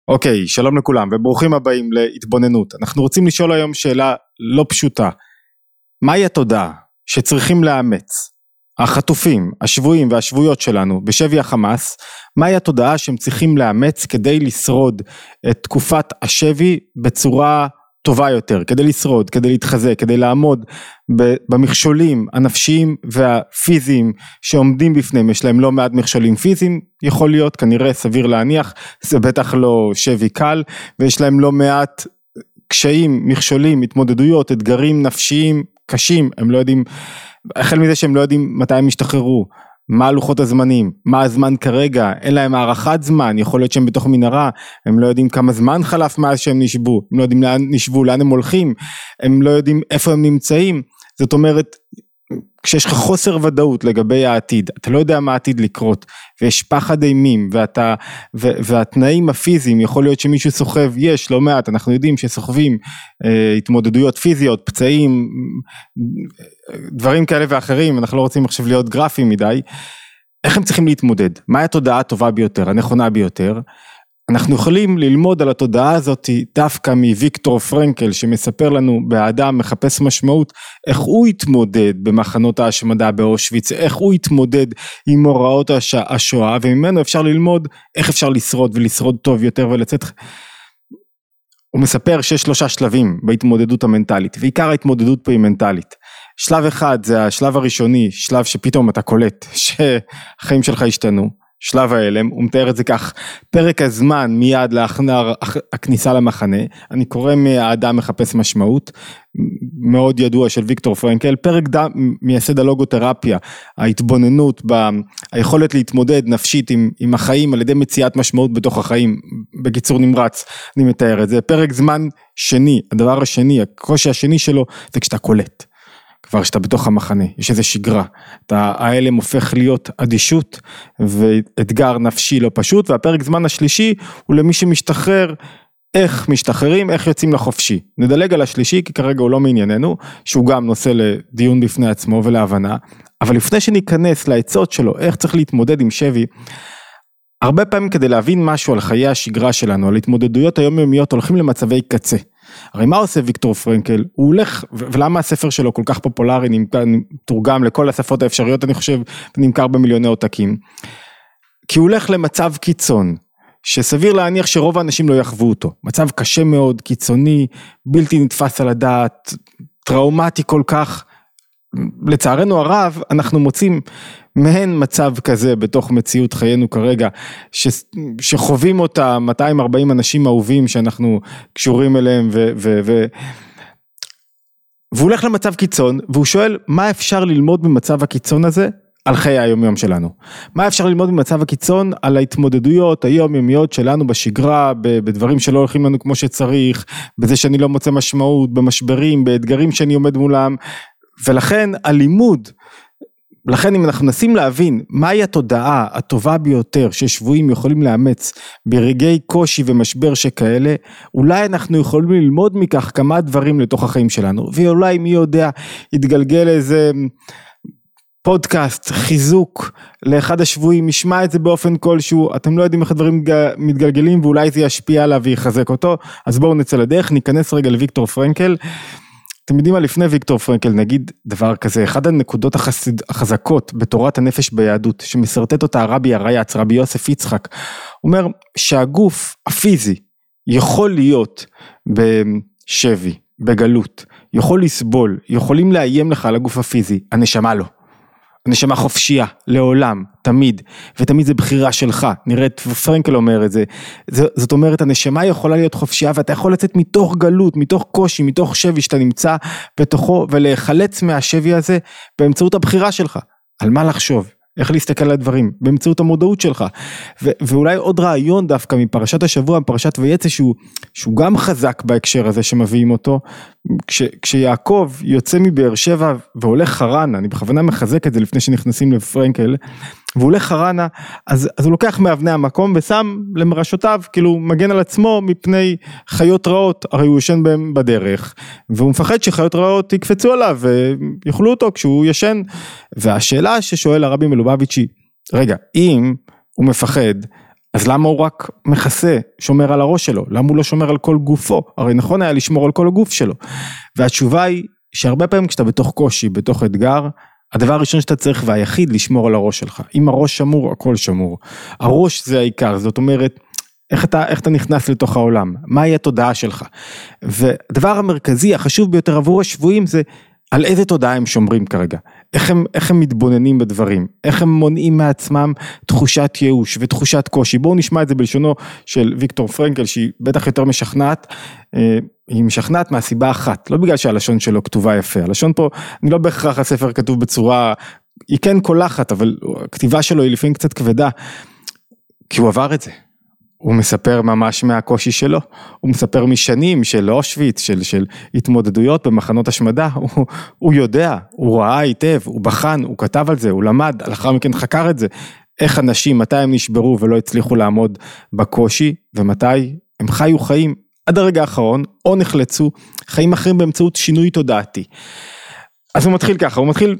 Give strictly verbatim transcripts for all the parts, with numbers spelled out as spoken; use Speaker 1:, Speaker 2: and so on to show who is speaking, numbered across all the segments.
Speaker 1: אוקיי, שלום לכולם וברוכים הבאים להתבוננות. אנחנו רוצים לשאול היום שאלה לא פשוטה. מהי התודעה שצריכים לאמץ החטופים, השבויים והשבויות שלנו בשבי החמאס? מהי התודעה שהם צריכים לאמץ כדי לשרוד את תקופת השבי בצורה טובה יותר, כדי לשרוד, כדי להתחזק, כדי לעמוד במכשולים הנפשיים והפיזיים שעומדים בפניהם? יש להם לא מעט מכשולים פיזיים, יכול להיות, כנראה סביר להניח, זה בטח לא שבי קל, ויש להם לא מעט קשיים, מכשולים, התמודדויות, אתגרים נפשיים קשים. הם לא יודעים, החל מזה שהם לא יודעים מתי הם ישתחררו, מה לוחות הזמנים, מה הזמן כרגע, אין להם הערכת זמן, יכול להיות שהם בתוך מנהרה, הם לא יודעים כמה זמן חלף מאז שהם נשבו, הם לא יודעים לאן נשבו, לאן הם הולכים, הם לא יודעים איפה הם נמצאים. זאת אומרת, כשיש לך חוסר ודאות לגבי העתיד, אתה לא יודע מה העתיד לקרות, ויש פחד אימים, ואתה, והתנאים הפיזיים, יכול להיות שמישהו סוחב, יש לא מעט, אנחנו יודעים שסוחבים אה, התמודדויות פיזיות, פצעים, דברים כאלה ואחרים, אנחנו לא רוצים עכשיו להיות גרפיים מדי. איך הם צריכים להתמודד? מהי התודעה הטובה ביותר, הנכונה ביותר? אנחנו יכולים ללמוד על התודעה הזאת דווקא מוויקטור פרנקל, שמספר לנו באדם מחפש משמעות, איך הוא התמודד במחנות ההשמדה באושוויץ, איך הוא התמודד עם הוראות הש... השואה, וממנו אפשר ללמוד איך אפשר לשרוד ולשרוד טוב יותר ולצאת. הוא מספר שיש שלושה שלבים בהתמודדות המנטלית, ועיקר ההתמודדות פה היא מנטלית. שלב אחד זה השלב הראשוני, שלב שפתאום אתה קולט שהחיים שלך השתנו, שלב ההלם. הוא מתאר את זה כך: פרק הזמן מיד לאחר הכניסה למחנה, אני קורא מהאדם מחפש משמעות, מאוד ידוע של ויקטור פרנקל. פרק ד... מייסד הלוגותרפיה, ההתבוננות, ב... היכולת להתמודד נפשית עם, עם החיים על ידי מציאת משמעות בתוך החיים, בקיצור נמרץ אני מתאר את זה. פרק זמן שני, הדבר השני, הקושי השני שלו, זה כשאתה קולט כבר שאתה בתוך המחנה, יש איזו שגרה, אתה, ההלם הופך להיות אדישות ואתגר נפשי לא פשוט. והפרק זמן השלישי הוא למי שמשתחרר, איך משתחררים, איך יוצאים לחופשי. נדלג על השלישי כי כרגע הוא לא מענייננו, שהוא גם נושא לדיון בפני עצמו ולהבנה. אבל לפני שניכנס לעצות שלו, איך צריך להתמודד עם שבי, הרבה פעמים כדי להבין משהו על חיי השגרה שלנו, על התמודדויות היומיומיות, הולכים למצבי קצה. הרי מה עושה ויקטור פרנקל? הוא הולך, ולמה הספר שלו כל כך פופולרי, תורגם לכל השפות האפשריות, אני חושב, ונמכר במיליוני עותקים? כי הוא הולך למצב קיצון, שסביר להניח שרוב האנשים לא יחוו אותו. מצב קשה מאוד, קיצוני, בלתי נתפס על הדעת, טראומטי כל כך. לצערנו הרב, אנחנו מוצאים מהן מצב כזה בתוך מציאות חיינו כרגע, ש, שחווים אותה מאתיים וארבעים אנשים אהובים שאנחנו קשורים אליהם, ו, ו, ו, והוא הולך למצב קיצון, והוא שואל מה אפשר ללמוד במצב הקיצון הזה על חיי היומיום שלנו. מה אפשר ללמוד במצב הקיצון על ההתמודדויות היומיומיות שלנו בשגרה, בדברים שלא הולכים לנו כמו שצריך, בזה שאני לא מוצא משמעות, במשברים, באתגרים שאני עומד מולם. ולכן הלימוד, לכן אם אנחנו נסים להבין מהי התודעה הטובה ביותר ששבויים יכולים לאמץ ברגעי קושי ומשבר שכאלה, אולי אנחנו יכולים ללמוד מכך כמה דברים לתוך החיים שלנו, ואולי מי יודע יתגלגל איזה פודקאסט, חיזוק לאחד השבויים, ישמע את זה באופן כלשהו, אתם לא יודעים איך הדברים מתגלגלים, ואולי זה ישפיע עליו ויחזק אותו. אז בואו נצא לדרך, ניכנס רגע לוויקטור פרנקל. אתם יודעים מה, לפני ויקטור פרנקל נגיד דבר כזה, אחד הנקודות החסיד, החזקות בתורת הנפש ביהדות, שמסרטט אותה הרבי הרייץ, רבי יוסף יצחק, אומר שהגוף הפיזי יכול להיות בשבי, בגלות, יכול לסבול, יכולים לאיים לך על הגוף הפיזי, הנשמה לא. הנשמה חופשייה, לעולם, תמיד, ותמיד זה בחירה שלך. נראה את פרנקל אומר את זה. זאת אומרת, הנשמה יכולה להיות חופשייה, ואתה יכול לצאת מתוך גלות, מתוך קושי, מתוך שבי שאתה נמצא בתוכו, ולהיחלץ מהשבי הזה באמצעות הבחירה שלך. על מה לחשוב? איך להסתכל על הדברים? באמצעות המודעות שלך. ו- ואולי עוד רעיון דווקא מפרשת השבוע, מפרשת ויצא, שהוא, שהוא גם חזק בהקשר הזה שמביאים אותו. כש, כשיעקב יוצא מבאר שבע והולך חרנה, אני בכוונה מחזק את זה לפני שנכנסים לפרנקל, והוא הולך חרנה, אז, אז הוא לוקח מאבני המקום ושם למרשותיו, כאילו מגן על עצמו מפני חיות רעות, הרי הוא ישן בהם בדרך, והוא מפחד שחיות רעות יקפצו עליו ויאכלו אותו כשהוא ישן. והשאלה ששואל הרבי מלובביץ' היא, רגע, אם הוא מפחד, אז למה הוא רק מכסה, שומר על הראש שלו? למה הוא לא שומר על כל גופו? הרי נכון היה לשמור על כל הגוף שלו. והתשובה היא שהרבה פעמים כשאתה בתוך קושי, בתוך אתגר, הדבר הראשון שאתה צריך והיחיד לשמור על הראש שלך. אם הראש שמור, הכל שמור. הראש זה העיקר, זאת אומרת, איך אתה, איך אתה נכנס לתוך העולם? מהי התודעה שלך? והדבר המרכזי, החשוב ביותר עבור השבויים זה, על איזה תודעה הם שומרים כרגע? איך הם, איך הם מתבוננים בדברים? איך הם מונעים מעצמם תחושת ייאוש ותחושת קושי? בואו נשמע את זה בלשונו של ויקטור פרנקל, שהיא בטח יותר משכנעת, היא משכנעת מהסיבה אחת, לא בגלל שהלשון שלו כתובה יפה, הלשון פה, אני לא בהכרח הספר כתוב בצורה, היא כן קולחת, אבל הכתיבה שלו היא לפעמים קצת כבדה, כי הוא עבר את זה. הוא מספר ממש מהקושי שלו, הוא מספר משנים של אושוויץ, של, של התמודדויות במחנות השמדה, הוא, הוא יודע, הוא ראה היטב, הוא בחן, הוא כתב על זה, הוא למד, לאחר מכן חקר את זה, איך אנשים, מתי הם נשברו ולא הצליחו לעמוד בקושי, ומתי הם חיו חיים עד הרגע האחרון, או נחלצו, חיים אחרים באמצעות שינוי תודעתי. אז הוא מתחיל ככה, הוא מתחיל,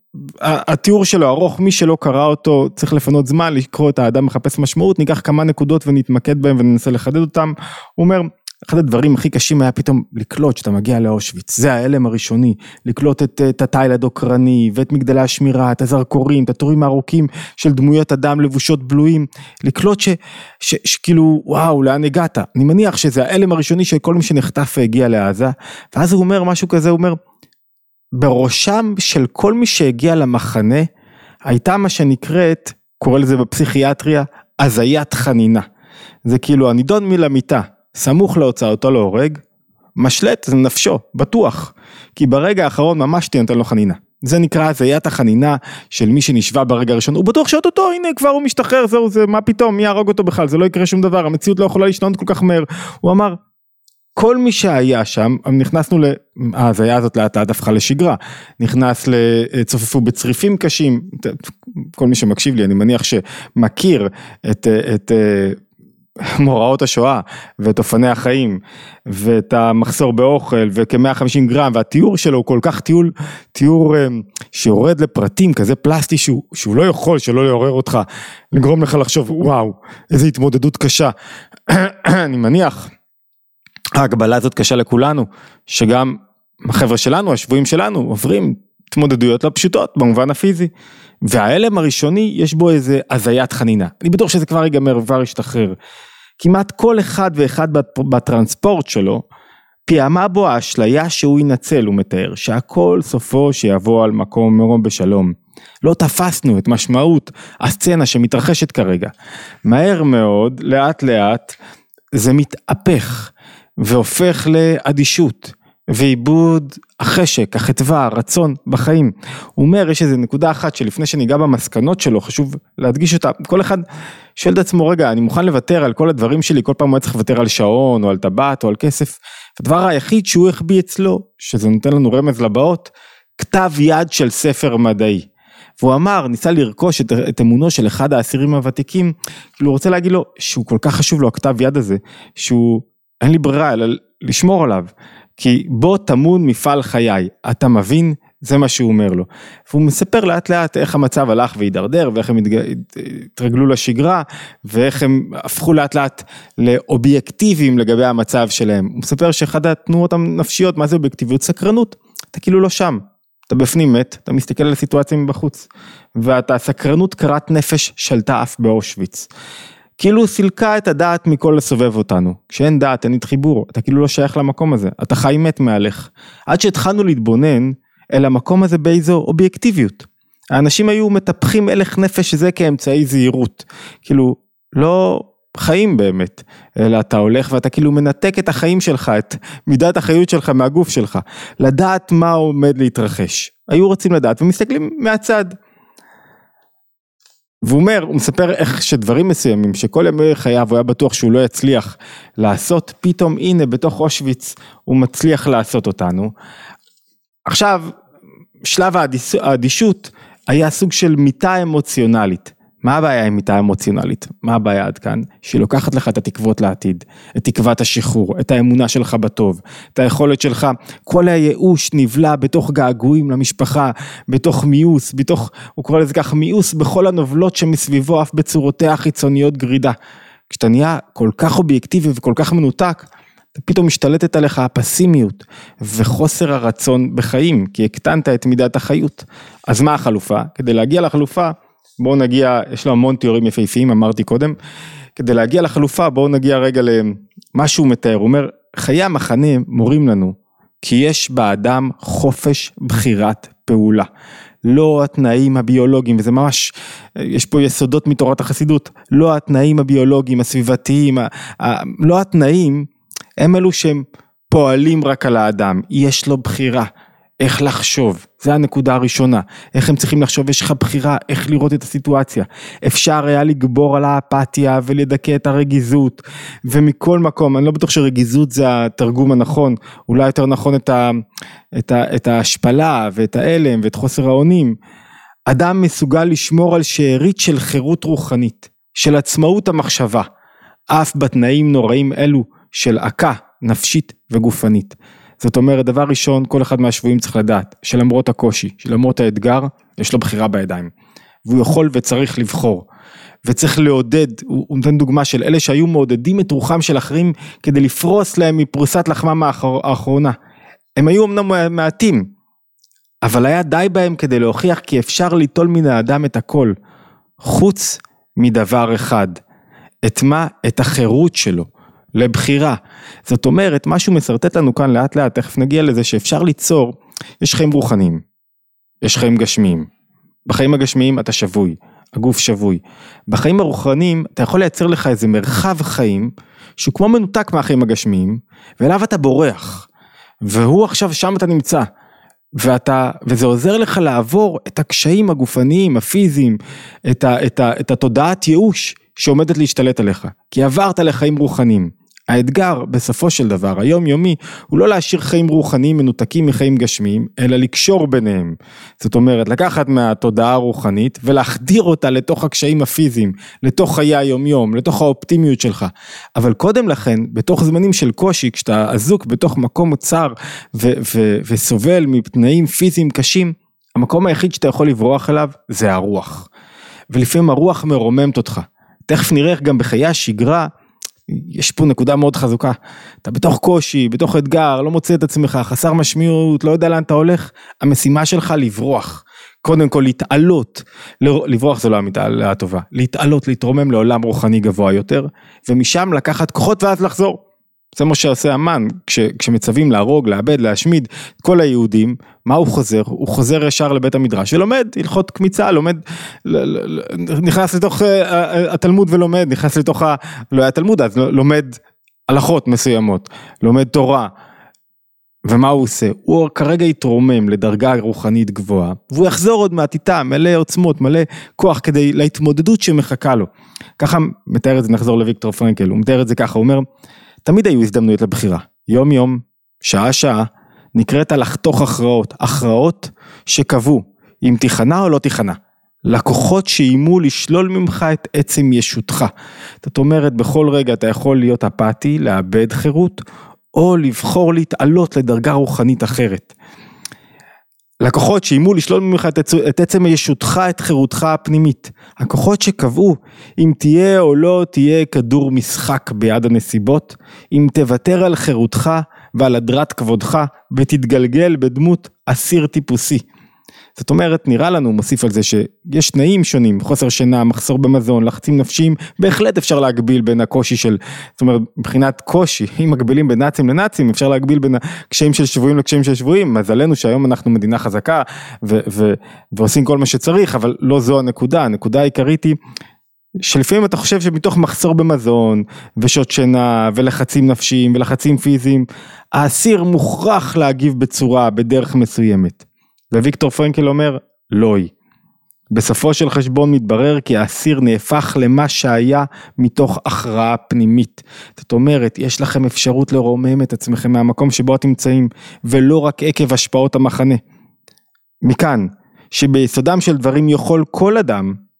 Speaker 1: התיאור שלו ארוך, מי שלא קרא אותו צריך לפנות זמן, לקרוא את האדם מחפש משמעות, ניקח כמה נקודות ונתמקד בהם וננסה לחדד אותם. הוא אומר, אחד הדברים הכי קשים היה פתאום לקלוט שאתה מגיע לאושוויץ, זה האלם הראשוני, לקלוט את, את התיל הדוקרני ואת מגדלי השמירה, את הזרקורים, את התורים הארוכים של דמויות אדם לבושות בלויים, לקלוט ש, ש, שכאילו וואו לאן הגעת, אני מניח שזה האלם הראשוני של כל מי שנחטף והגיע לעזה, ואז הוא אומר משהו כזה, הוא אומר, בראשם של כל מי שהגיע למחנה, הייתה מה שנקראת, קורא לזה בפסיכיאטריה, הזיית חנינה. זה כאילו הנידון מלמיטה, סמוך להוצאתו להורג, משלט זה נפשו, בטוח. כי ברגע האחרון ממש תנתן לו חנינה. זה נקרא הזיית החנינה של מי שנשווה ברגע הראשון. הוא בטוח שאותו, הנה כבר הוא משתחרר, זהו, זה, מה פתאום, מי יהרוג אותו בכלל, זה לא יקרה שום דבר, המציאות לא יכולה להשתנות כל כך מהר. הוא אמר, כל מי שהיה שם, נכנסנו להזיה הזאת לאט לאט הפכה לשגרה, נכנס לצופפו בצריפים קשים, כל מי שמקשיב לי, אני מניח שמכיר את, את מוראות השואה, ואת אופני החיים, ואת המחסור באוכל, וכ-מאה וחמישים גרם, והתיאור שלו הוא כל כך תיאור, תיאור שיורד לפרטים, כזה פלסטי, שהוא, שהוא לא יכול שלא לעורר אותך, לגרום לך לחשוב, וואו, איזו התמודדות קשה, אני מניח, ההגבלה הזאת קשה לכולנו, שגם החבר'ה שלנו, השבויים שלנו, עוברים התמודדויות לא פשוטות, במובן הפיזי, והאלם הראשוני, יש בו איזה הזיית חנינה, אני בטוח שזה כבר ייגמר וכבר ישתחרר, כמעט כל אחד ואחד בטרנספורט שלו, פיעמה בו האשליה שהוא ינצל, הוא מתאר, שהכל סופו שיבוא על מקום מרום בשלום, לא תפסנו את משמעות הסצנה שמתרחשת כרגע, מהר מאוד, לאט לאט, זה מתהפך, והופך לאדישות, ואיבוד החשק, החטבה, הרצון בחיים. הוא אומר, יש איזו נקודה אחת שלפני שניגע במסקנות שלו, חשוב להדגיש אותה, כל אחד שואל את עצמו, רגע, אני מוכן לוותר על כל הדברים שלי, כל פעם הוא צריך לוותר על שעון, או על טבעת, או על כסף, הדבר היחיד שהוא החביא אצלו, שזה נותן לנו רמז לבאות, כתב יד של ספר מדעי. והוא אמר, ניסה לרכוש את, את אמונו של אחד האסירים הוותיקים, כאילו הוא רוצה להגיד לו, שהוא כל כך חשוב לו הכתב יד הזה, שהוא אין לי ברירה, אלא לשמור עליו, כי בו תמון מפעל חיי, אתה מבין, זה מה שהוא אומר לו, והוא מספר לאט לאט איך המצב הלך והידרדר, ואיך הם התרגלו לשגרה, ואיך הם הפכו לאט לאט לאובייקטיביים לגבי המצב שלהם, הוא מספר שאחד התנועות הנפשיות, מה זה אובייקטיביות? סקרנות, אתה כאילו לא שם, אתה בפנים מת, אתה מסתכל על הסיטואציה מבחוץ, ואתה סקרנות קרת נפש שלטה אף באושוויץ, כאילו סילקה את הדעת מכל לסובב אותנו, כשאין דעת, אין את חיבור, אתה כאילו לא שייך למקום הזה, אתה חי מת מהלך, עד שהתחלנו להתבונן אל המקום הזה באיזו אובייקטיביות, האנשים היו מטפחים הלך נפש זה כאמצעי זהירות, כאילו לא חיים באמת, אלא אתה הולך ואתה כאילו מנתק את החיים שלך, את מידת החיות שלך מהגוף שלך, לדעת מה עומד להתרחש, היו רוצים לדעת ומסתכלים מהצד, והוא אומר, הוא מספר איך שדברים מסוימים, שכל ימי חייו הוא היה בטוח שהוא לא יצליח לעשות, פתאום הנה בתוך אושוויץ הוא מצליח לעשות אותנו. עכשיו, שלב האדישות היה סוג של מיטה אמוציונלית. מה הבעיה עם מיטה אמוציונלית? מה הבעיה עד כאן? שהיא לוקחת לך את התקוות לעתיד, את תקוות השחרור, את האמונה שלך בטוב, את היכולת שלך, כל הייאוש נבלע בתוך געגועים למשפחה, בתוך מיוס, בתוך, הוא קורא לזה כך, מיוס בכל הנובלות שמסביבו, אף בצורותיה החיצוניות גרידה. כשאתה נהיה כל כך אובייקטיבי וכל כך מנותק, פתאום משתלטת עליך הפסימיות וחוסר הרצון בחיים, כי הקטנת את מידת החיות. אז מה החלופה? כדי להגיע לחלופה, בואו נגיע, יש לו המון תיאורים יפהפיים, אמרתי קודם, כדי להגיע לחלופה, בואו נגיע רגע למה שהוא מתאר, הוא אומר, חיי המחנה מורים לנו, כי יש באדם חופש בחירת פעולה, לא התנאים הביולוגיים, וזה ממש, יש פה יסודות מתורת החסידות, לא התנאים הביולוגיים, הסביבתיים, לא התנאים, הם אלו שהם פועלים רק על האדם, יש לו בחירה, איך לחשוב, זה הנקודה הראשונה, איך הם צריכים לחשוב, יש לך בחירה, איך לראות את הסיטואציה, אפשר היה לגבור על האפתיה ולדכא את הרגיזות, ומכל מקום, אני לא בטוח שרגיזות זה התרגום הנכון, אולי יותר נכון את, ה, את, ה, את ההשפלה ואת האלם ואת חוסר האונים, אדם מסוגל לשמור על שארית של חירות רוחנית, של עצמאות המחשבה, אף בתנאים נוראים אלו של עקה נפשית וגופנית. זאת אומרת, דבר ראשון, כל אחד מהשבויים צריך לדעת, שלמרות הקושי, שלמרות האתגר, יש לו בחירה בידיים. והוא יכול וצריך לבחור. וצריך לעודד, הוא, הוא נותן דוגמה של אלה שהיו מעודדים את רוחם של אחרים, כדי לפרוס להם מפרוסת לחמם האחרונה. הם היו אמנם מעטים, אבל היה די בהם כדי להוכיח כי אפשר ליטול מן האדם את הכל, חוץ מדבר אחד. את מה? את החירות שלו. לבחירה. זאת אומרת, משהו מסרטט לנו כאן לאט לאט, תכף נגיע לזה שאפשר ליצור, יש חיים רוחניים, יש חיים גשמיים. בחיים הגשמיים אתה שבוי, הגוף שבוי. בחיים הרוחניים אתה יכול לייצר לך איזה מרחב חיים, שהוא כמו מנותק מהחיים הגשמיים, ואליו אתה בורח. והוא עכשיו שם אתה נמצא. ואתה, וזה עוזר לך לעבור את הקשיים הגופניים, הפיזיים, את, ה, את, ה, את התודעת ייאוש שעומדת להשתלט עליך. כי עברת לחיים רוחניים. האתגר בסופו של דבר, היום יומי, הוא לא להשאיר חיים רוחניים מנותקים מחיים גשמיים, אלא לקשור ביניהם. זאת אומרת, לקחת מהתודעה הרוחנית, ולהחדיר אותה לתוך הקשיים הפיזיים, לתוך חיי היום יום, לתוך האופטימיות שלך. אבל קודם לכן, בתוך זמנים של קושי, כשאתה עזוק בתוך מקום מוצר, ו- ו- וסובל מתנאים פיזיים קשים, המקום היחיד שאתה יכול לברוח אליו, זה הרוח. ולפעמים הרוח מרוממת אותך. תכף נראה גם בחיי השגרה, יש פה נקודה מאוד חזוקה, אתה בתוך קושי, בתוך אתגר, לא מוצא את עצמך, חסר משמעות, לא יודע לאן אתה הולך, המשימה שלך לברוח, קודם כל להתעלות, לברוח זו לא המילה הטובה, להתעלות, להתרומם לעולם רוחני גבוה יותר, ומשם לקחת כוחות ואז לחזור, זה מה שעושה המן, כש, כשמצווים להרוג, לאבד, להשמיד את כל היהודים, מה הוא חוזר? הוא חוזר ישר לבית המדרש, שלומד הלכות קמיצה, לומד, נכנס לתוך התלמוד ולומד, נכנס לתוך, ה, לא היה תלמוד, אז לומד הלכות מסוימות, לומד תורה, ומה הוא עושה? הוא כרגע יתרומם לדרגה רוחנית גבוהה, והוא יחזור עוד מעתיתה, מלא עוצמות, מלא כוח, כדי להתמודדות שמחכה לו. ככה מתאר את זה, נחזור לוויקטור פרנקל, הוא מתאר את זה ככה, הוא אומר, תמיד היו הזדמנויות לבחירה, יום יום, שעה שעה, נקראת לחתוך הכרעות, הכרעות שקבעו, אם תיכנה או לא תיכנה, לקוחות שאימו לשלול ממך את עצם ישותך, זאת אומרת בכל רגע אתה יכול להיות אפאתי, לאבד חירות, או לבחור להתעלות לדרגה רוחנית אחרת, לקוחות שאימו לשלול ממך את עצם ישותך, את חירותך הפנימית, הכוחות שקבעו אם תהיה או לא תהיה כדור משחק ביד הנסיבות, אם תוותר על חירותך ועל הדרת כבודך ותתגלגל בדמות אסיר טיפוסי. זאת אומרת, נראה לנו, מוסיף על זה שיש תנאים שונים, חוסר שינה, מחסור במזון, לחצים נפשיים, בהחלט אפשר להגביל בין הקושי של, זאת אומרת, מבחינת קושי, אם מגבילים בין נאצים לנאצים, אפשר להגביל בין הקשיים של שבויים לקשיים של שבויים, מזלנו שהיום אנחנו מדינה חזקה, ו- ו- ועושים כל מה שצריך, אבל לא זו הנקודה, הנקודה העיקרית היא, שלפעמים אתה חושב שמתוך מחסור במזון, ושעות שינה, ולחצים נפשיים, ולחצים פיזיים, האסיר מוכרח להגיב בצורה, בדרך מסוימת. וויקטור פרנקל אומר, לא היא. בסופו של חשבון מתברר כי האסיר נהפך למה שהיה מתוך הכרעה פנימית. זאת אומרת, יש לכם אפשרות לרומם את עצמכם מהמקום שבו אתם נמצאים, ולא רק עקב השפעות המחנה. מכאן, שביסודם של דברים יכול כל אדם,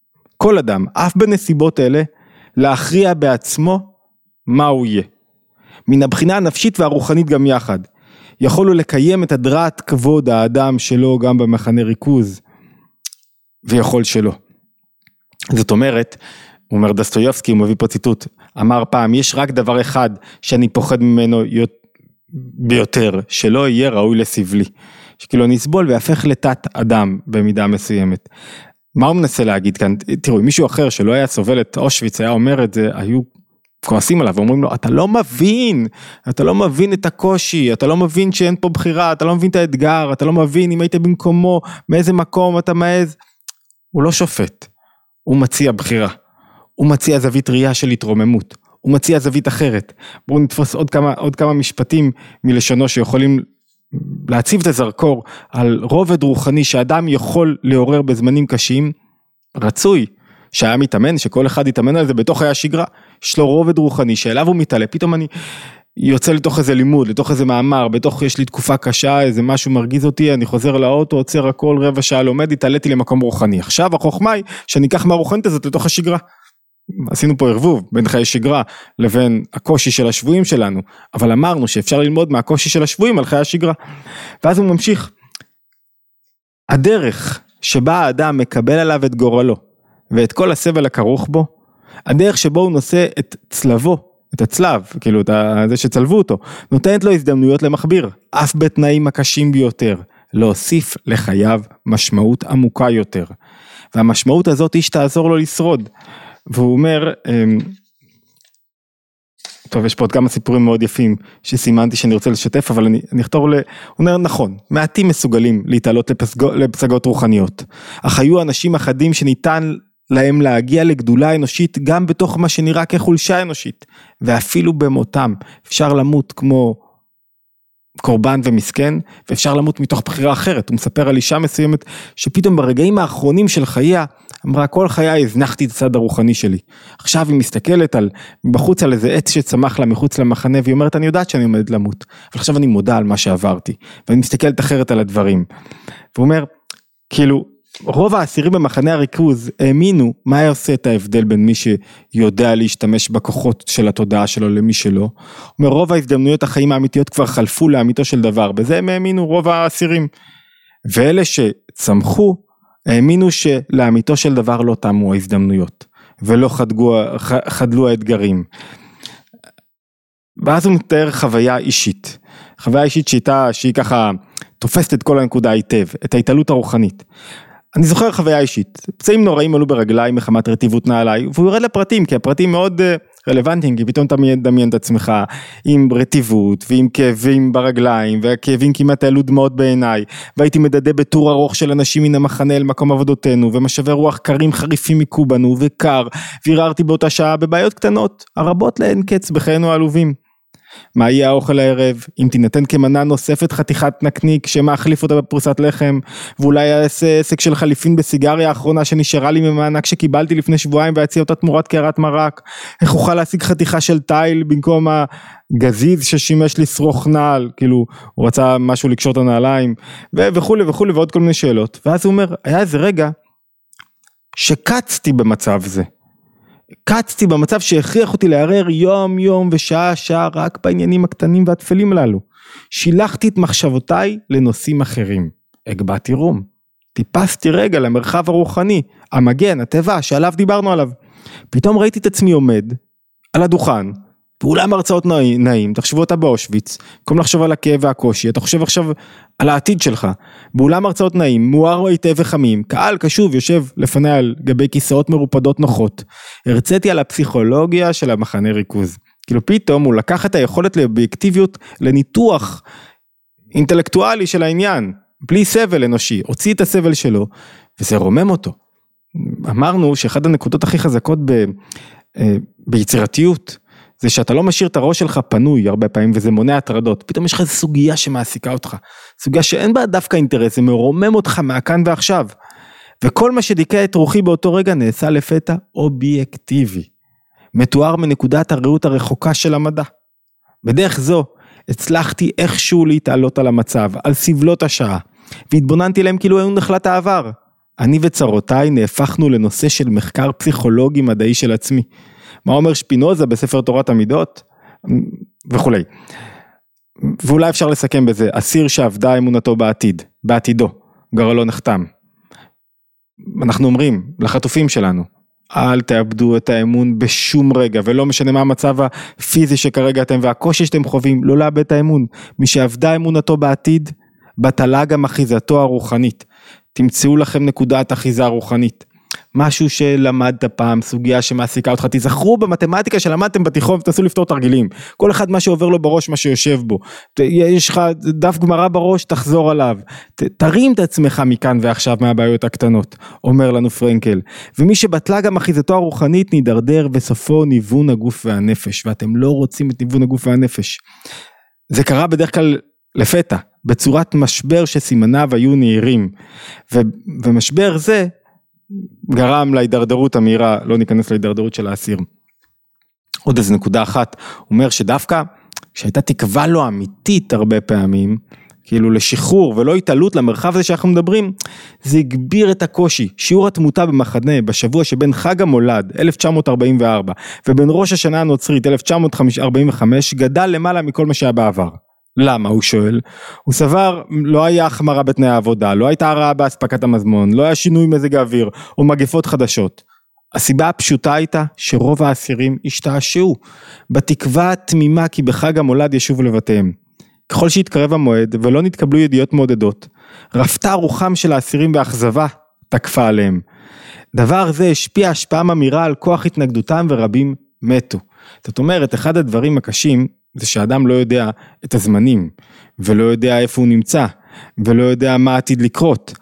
Speaker 1: כל אדם, אף בנסיבות אלה, להכריע בעצמו מה הוא יהיה. מן הבחינה הנפשית והרוחנית גם יחד. יכול הוא לקיים את הדרת כבוד האדם שלו גם במחנה ריכוז, ויכול שלא. זאת אומרת, הוא אומר דסטויבסקי, הוא מביא פה ציטוט, אמר פעם, יש רק דבר אחד שאני פוחד ממנו ביותר, שלא יהיה ראוי לסבלי. שכאילו נסבול ויהפך לתת אדם במידה מסוימת. מה הוא מנסה להגיד כאן? תראו, מישהו אחר שלא היה סובל את אושוויץ, היה אומר את זה, היו כועסים עליו ואומרים לו, אתה לא מבין, אתה לא מבין את הקושי, אתה לא מבין שאין פה בחירה, אתה לא מבין את האתגר, אתה לא מבין אם היית במקומו, מאיזה מקום אתה מעז. הוא לא שופט, הוא מציע בחירה, הוא מציע זווית ראייה של התרוממות, הוא מציע זווית אחרת. בואו נתפוס עוד כמה, עוד כמה משפטים מלשונו שיכולים להציב את הזרקור על רובד רוחני שאדם יכול לעורר בזמנים קשים. רצוי שהיה מתאמן, שכל אחד יתאמן על זה בתוך חיי השגרה, יש לו רובד רוחני שאליו הוא מתעלה, פתאום אני יוצא לתוך איזה לימוד, לתוך איזה מאמר, בתוך יש לי תקופה קשה, איזה משהו מרגיז אותי, אני חוזר לאוטו, עוצר הכל, רבע שעה לומד, התעליתי למקום רוחני. עכשיו החוכמה היא שאני אקח מהרוחנית הזאת לתוך השגרה. עשינו פה ערבוב בין חיי שגרה לבין הקושי של השבועים שלנו, אבל אמרנו שאפשר ללמוד מהקושי של השבועים על חיי השגרה. ואז הוא ממשיך, הדרך שבה האדם מקבל עליו את גורלו, ואת כל הסבל הכרוך בו, הדרך שבו הוא נושא את צלבו, את הצלב, כאילו את זה שצלבו אותו, נותנת לו הזדמנויות למחביר, אף בתנאים הקשים ביותר, להוסיף לחייו משמעות עמוקה יותר. והמשמעות הזאת היא שתעזור לו לשרוד. והוא אומר, טוב, יש פה עוד כמה סיפורים מאוד יפים שסימנתי שאני רוצה לשתף, אבל אני, אני אכתור ל... הוא אומר, נכון, מעטים מסוגלים להתעלות לפסגו, לפסגות רוחניות, אך היו אנשים אחדים שניתן להם להגיע לגדולה אנושית, גם בתוך מה שנראה כחולשה אנושית, ואפילו במותם, אפשר למות כמו קורבן ומסכן, ואפשר למות מתוך בחירה אחרת. הוא מספר על אישה מסוימת, שפתאום ברגעים האחרונים של חייה, אמרה, כל חיי הזנחתי את הצד הרוחני שלי. עכשיו היא מסתכלת על, בחוץ על איזה עץ שצמח לה מחוץ למחנה, והיא אומרת, אני יודעת שאני עומדת למות, אבל עכשיו אני מודה על מה שעברתי, ואני מסתכלת אחרת על הדברים. והוא אומר, כאילו, רוב האסירים במחנה הריכוז האמינו מה היה עושה את ההבדל בין מי שיודע להשתמש בכוחות של התודעה שלו למי שלא. הוא אומר, רוב ההזדמנויות החיים האמיתיות כבר חלפו לאמיתו של דבר, בזה הם האמינו רוב האסירים. ואלה שצמחו, האמינו שלאמיתו של דבר לא תמו ההזדמנויות, ולא חדגו, חדלו האתגרים. ואז הוא מתאר חוויה אישית, חוויה אישית שאיתה, שהיא ככה תופסת את כל הנקודה היטב, את ההתעלות הרוחנית. אני זוכר חוויה אישית, פצעים נוראים עלו ברגליים מחמת רטיבות נעליי, והוא יורד לפרטים, כי הפרטים מאוד רלוונטיים, כי פתאום אתה מדמיין את עצמך עם רטיבות, ועם כאבים ברגליים, והכאבים כמעט העלו דמעות בעיניי, והייתי מדדה בטור ארוך של אנשים מן המחנה אל מקום עבודותינו, ומשבי רוח קרים חריפים מקו בנו, וקר, והררתי באותה שעה בבעיות קטנות, הרבות לאין קץ בחיינו העלובים. מה יהיה האוכל הערב, אם תינתן כמנה נוספת חתיכת נקניק שמאחליף אותה בפרוסת לחם, ואולי יעשה עסק של חליפין בסיגריה האחרונה שנשארה לי ממענק שקיבלתי לפני שבועיים והציע אותה תמורת קערת מרק, איך אוכל להשיג חתיכה של טייל במקום הגזיז ששימש לשרוך נעל, כאילו הוא רצה משהו לקשור את הנעליים, וכו' וכו' ועוד כל מיני שאלות. ואז הוא אומר, היה איזה רגע שקצתי במצב זה, קצתי במצב שהכריח אותי לערער יום יום ושעה שעה רק בעניינים הקטנים והתפלים הללו. שילחתי את מחשבותיי לנושאים אחרים. הגבעתי רום. טיפסתי רגע למרחב הרוחני, המגן, הטבע שעליו דיברנו עליו. פתאום ראיתי את עצמי עומד על הדוכן, באולם הרצאות נעים, תחשבו אותה באושוויץ, במקום לחשוב על הכאב והקושי, אתה חושב עכשיו על העתיד שלך, באולם הרצאות נעים, מואר היטב וחמים, קהל קשוב יושב לפני על גבי כיסאות מרופדות נוחות, הרציתי על הפסיכולוגיה של המחנה ריכוז, כאילו פתאום הוא לקח את היכולת לאובייקטיביות, לניתוח אינטלקטואלי של העניין, בלי סבל אנושי, הוציא את הסבל שלו, וזה רומם אותו. אמרנו שאחד הנקודות הכי חזקות ב, ביצירתיות, זה שאתה לא משאיר את הראש שלך פנוי הרבה פעמים, וזה מונע הטרדות. פתאום יש לך סוגיה שמעסיקה אותך. סוגיה שאין בה דווקא אינטרס, זה מרומם אותך מהכאן ועכשיו. וכל מה שדיכא את רוחי באותו רגע נעשה לפתע אובייקטיבי. מתואר מנקודת הראות הרחוקה של המדע. בדרך זו הצלחתי איכשהו להתעלות על המצב, על סבלות השעה, והתבוננתי להם כאילו היו נחלת העבר. אני וצרותיי נהפכנו לנושא של מחקר פסיכולוגי מדעי של עצמי. מה אומר שפינוזה בספר תורת המידות? וכולי. ואולי אפשר לסכם בזה, אסיר שעבדה אמונתו בעתיד, בעתידו, גורלו נחתם. אנחנו אומרים לחטופים שלנו, אל תאבדו את האמון בשום רגע, ולא משנה מה המצב הפיזי שכרגע אתם, והקושי שאתם חווים, לא לאבד את האמון. מי שעבדה אמונתו בעתיד, בטלה גם אחיזתו הרוחנית. תמצאו לכם נקודת אחיזה רוחנית. משהו שלמדת פעם, סוגיה שמעסיקה אותך, תזכרו במתמטיקה שלמדתם בתיכון, ותנסו לפתור תרגילים. כל אחד מה שעובר לו בראש, מה שיושב בו. יש לך דף גמרא בראש, תחזור עליו. ת, תרים את עצמך מכאן ועכשיו מהבעיות הקטנות, אומר לנו פרנקל. ומי שבטלה גם אחיזתו הרוחנית, נידרדר בסופו ניוון הגוף והנפש, ואתם לא רוצים את ניוון הגוף והנפש. זה קרה בדרך כלל לפתע, בצורת משבר שסימניו היו נהירים. ו, ומשבר זה, גרם להידרדרות המהירה, לא ניכנס להידרדרות של האסיר. עוד איזו נקודה אחת, הוא אומר שדווקא, שהייתה תקווה לא אמיתית הרבה פעמים, כאילו לשחרור ולא התעלות למרחב הזה שאנחנו מדברים, זה הגביר את הקושי. שיעור התמותה במחנה בשבוע שבין חג המולד אלף תשע מאות ארבעים וארבע ובין ראש השנה הנוצרית אלף תשע מאות ארבעים וחמש גדל למעלה מכל מה שהיה בעבר. למה? הוא שואל. הוא סבר, לא היה החמרה בתנאי העבודה, לא הייתה הרעה בהספקת המזמון, לא היה שינוי מזג האוויר או מגפות חדשות. הסיבה הפשוטה הייתה שרוב האסירים השתעשעו, בתקווה תמימה כי בחג המולד ישוב לבתיהם. ככל שהתקרב המועד ולא נתקבלו ידיעות מעודדות, רפתה רוחם של האסירים באכזבה תקפה עליהם. דבר זה השפיע השפעה ממירה על כוח התנגדותם ורבים מתו. זאת אומרת, אחד הדברים הקשים זה שאדם לא יודע את הזמנים, ולא יודע איפה הוא נמצא, ולא יודע מה עתיד לקרות.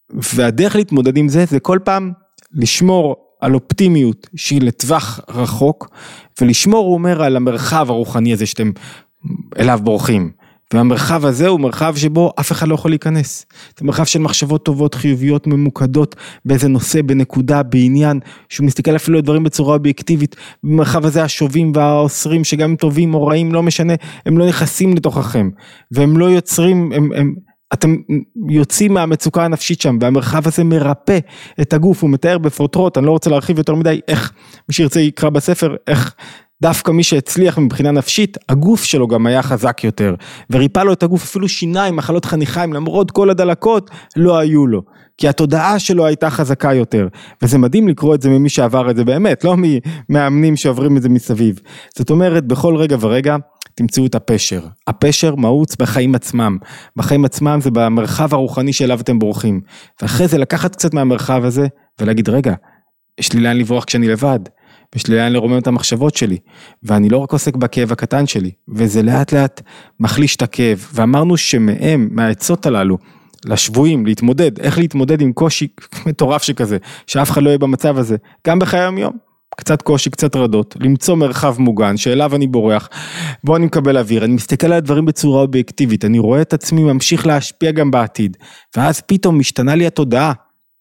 Speaker 1: והדרך להתמודד עם זה, זה כל פעם לשמור על אופטימיות שהיא לטווח רחוק, ולשמור, הוא אומר, על המרחב הרוחני הזה שאתם אליו בורחים. והמרחב הזה הוא מרחב שבו אף אחד לא יכול להיכנס. זה מרחב של מחשבות טובות, חיוביות, ממוקדות, באיזה נושא, בנקודה, בעניין, שהוא מסתכל אפילו על דברים בצורה אובייקטיבית. במרחב הזה השובים והאוסרים, שגם טובים או רעים, לא משנה, הם לא נכנסים לתוככם. והם לא יוצרים, הם, הם, אתם יוצאים מהמצוקה הנפשית שם, והמרחב הזה מרפא את הגוף, הוא מתאר בפרוטרוט, אני לא רוצה להרחיב יותר מדי, איך, מי שירצה יקרא בספר, איך, דווקא מי שהצליח מבחינה נפשית, הגוף שלו גם היה חזק יותר, וריפא לו את הגוף, אפילו שיניים, מחלות חניכיים, למרות כל הדלקות, לא היו לו, כי התודעה שלו הייתה חזקה יותר, וזה מדהים לקרוא את זה ממי שעבר את זה באמת, לא ממאמנים שעוברים את זה מסביב. זאת אומרת, בכל רגע ורגע, תמצאו את הפשר. הפשר מעוץ בחיים עצמם, בחיים עצמם זה במרחב הרוחני שאליו אתם בורחים, ואחרי זה לקחת קצת מהמרחב הזה, ולהגיד, רגע, יש לי לאן לברוח כשאני לבד, ויש לי לאן לרומם את המחשבות שלי, ואני לא רק עוסק בכאב הקטן שלי, וזה לאט לאט מחליש את הכאב, ואמרנו שמהם, מהעצות הללו, לשבויים, להתמודד, איך להתמודד עם קושי מטורף שכזה, שאף אחד לא יהיה במצב הזה, גם בחיי היום יום, קצת קושי, קצת רדות, למצוא מרחב מוגן, שאליו אני בורח, בו אני מקבל אוויר, אני מסתכל על הדברים בצורה אובייקטיבית, אני רואה את עצמי ממשיך להשפיע גם בעתיד, ואז פתאום משתנה לי התודעה,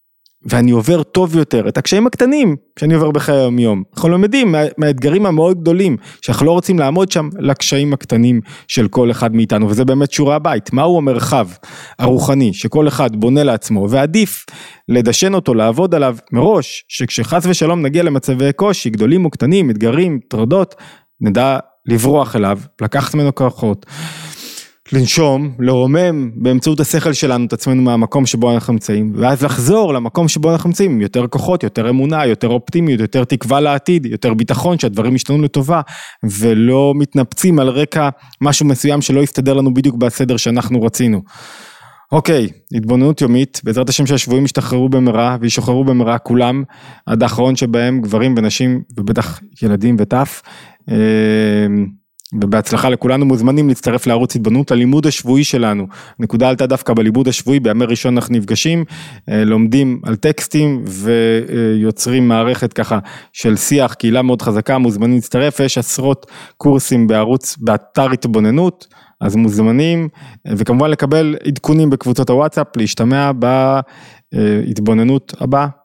Speaker 1: ואני עובר טוב יותר, את הקשיים הקטנים שאני עובר בחיי היום יום. אנחנו לומדים מה, מהאתגרים המאוד גדולים, שאנחנו לא רוצים לעמוד שם לקשיים הקטנים של כל אחד מאיתנו, וזה באמת שיעורי הבית. מהו המרחב הרוחני שכל אחד בונה לעצמו, ועדיף לדשן אותו, לעבוד עליו מראש, שכשחס ושלום נגיע למצבי קושי, גדולים או קטנים, אתגרים, טרדות, נדע לברוח אליו, לקחת ממנו כוחות, לנשום, לרומם באמצעות השכל שלנו את עצמנו מהמקום שבו אנחנו נמצאים, ואז לחזור למקום שבו אנחנו נמצאים, עם יותר כוחות, יותר אמונה, יותר אופטימיות, יותר תקווה לעתיד, יותר ביטחון שהדברים ישתנו לטובה, ולא מתנפצים על רקע משהו מסוים שלא יסתדר לנו בדיוק בסדר שאנחנו רצינו. אוקיי, התבוננות יומית, בעזרת השם שהשבויים ישתחררו במהרה, וישוחררו במהרה כולם, עד האחרון שבהם גברים ונשים, ובטח ילדים וטף, ובהצלחה לכולנו. מוזמנים להצטרף לערוץ התבוננות, ללימוד השבועי שלנו. נקודה עלתה דווקא בלימוד השבועי, בימי ראשון אנחנו נפגשים, לומדים על טקסטים ויוצרים מערכת ככה של שיח, קהילה מאוד חזקה, מוזמנים להצטרף, יש עשרות קורסים בערוץ, באתר התבוננות, אז מוזמנים, וכמובן לקבל עדכונים בקבוצות הוואטסאפ, להשתמע בהתבוננות הבאה.